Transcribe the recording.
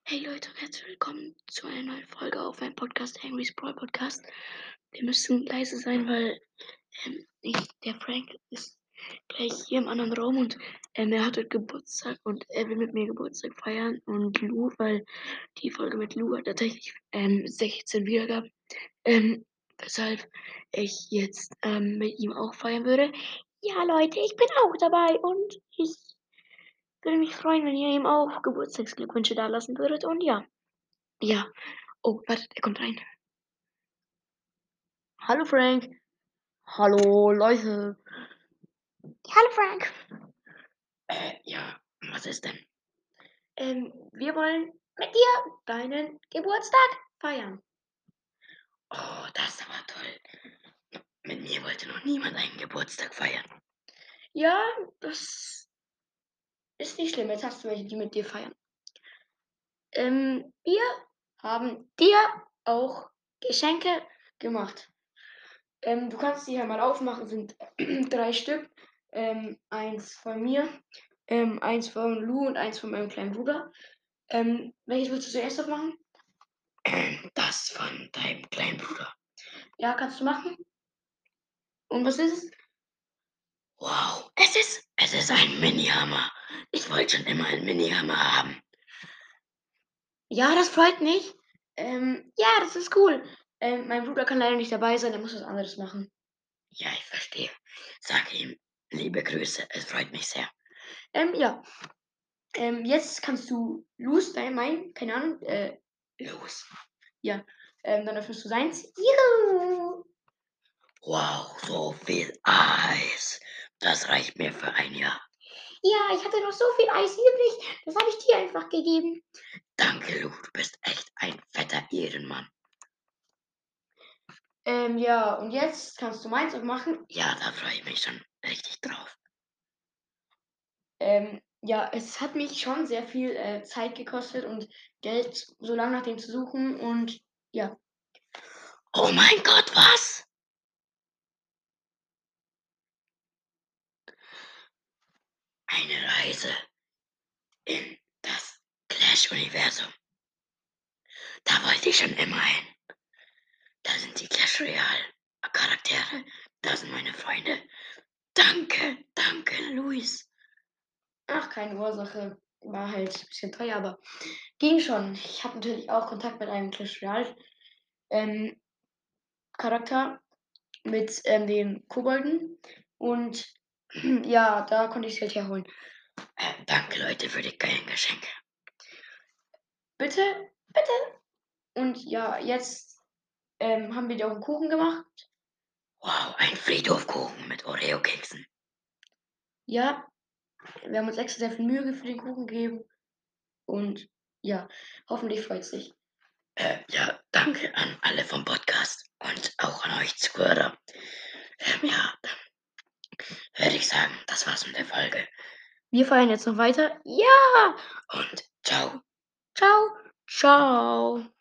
Hey Leute und herzlich willkommen zu einer neuen Folge auf meinem Podcast, Henry's Brawl Podcast. Wir müssen leise sein, weil der Frank ist gleich hier im anderen Raum und er hat heute Geburtstag und er will mit mir Geburtstag feiern. Und Lou, weil die Folge mit Lou hat tatsächlich 16 Wiedergaben, weshalb ich jetzt mit ihm auch feiern würde. Ja, Leute, ich bin auch dabei und ich würde mich freuen, wenn ihr ihm auch Geburtstagsglückwünsche dalassen würdet. Und ja. Ja. Oh, warte, er kommt rein. Hallo Frank. Hallo Leute. Hallo Frank. Ja, was ist denn? Wir wollen mit dir deinen Geburtstag feiern. Oh, das ist aber toll. Mit mir wollte noch niemand einen Geburtstag feiern. Ja, das ist nicht schlimm. Jetzt hast du welche, die mit dir feiern. Wir haben dir auch Geschenke gemacht. Du kannst die ja mal aufmachen, sind 3 Stück. Eins von mir, eins von Lou und eins von meinem kleinen Bruder. Welches willst du zuerst aufmachen? Das von deinem kleinen Bruder. Ja, kannst du machen. Und was ist es? Wow, es ist ein Mini-Hammer. Ich wollte schon immer einen Mini-Hammer haben. Ja, das freut mich. Ja, das ist cool. Mein Bruder kann leider nicht dabei sein, er muss was anderes machen. Ja, ich verstehe. Sag ihm liebe Grüße, es freut mich sehr. Ja. Jetzt kannst du los, keine Ahnung, los. Ja. Dann öffnest du seins. Juhu! Wow, so viel Eis. Das reicht mir für ein Jahr. Ja, ich hatte noch so viel Eis übrig. Das habe ich dir einfach gegeben. Danke, Lu, du bist echt ein fetter Ehrenmann. Ja, und jetzt kannst du meins auch machen. Ja, da freue ich mich schon richtig drauf. Ja, es hat mich schon sehr viel Zeit gekostet und Geld, so lange nach dem zu suchen und ja. Oh mein Gott, was? Eine Reise in das Clash-Universum. Da wollte ich schon immer hin. Da sind die Clash Royale-Charaktere. Da sind meine Freunde. Danke, danke, Luis. Ach, keine Ursache. War halt ein bisschen teuer, aber ging schon. Ich habe natürlich auch Kontakt mit einem Clash Royale ähm, Charakter, mit den Kobolden. Und ja, da konnte ich das Geld herholen. Danke, Leute, für die geilen Geschenke. Bitte, bitte. Und ja, jetzt haben wir dir auch einen Kuchen gemacht. Wow, ein Friedhofkuchen mit Oreo-Keksen. Ja, wir haben uns extra sehr viel Mühe für den Kuchen gegeben. Und ja, hoffentlich freut es sich. Ja, danke an alle vom Podcast und auch an euch Zuhörer. Ja, dann würde ich sagen, das war's mit der Folge. Wir feiern jetzt noch weiter. Ja! Und ciao. Ciao. Ciao.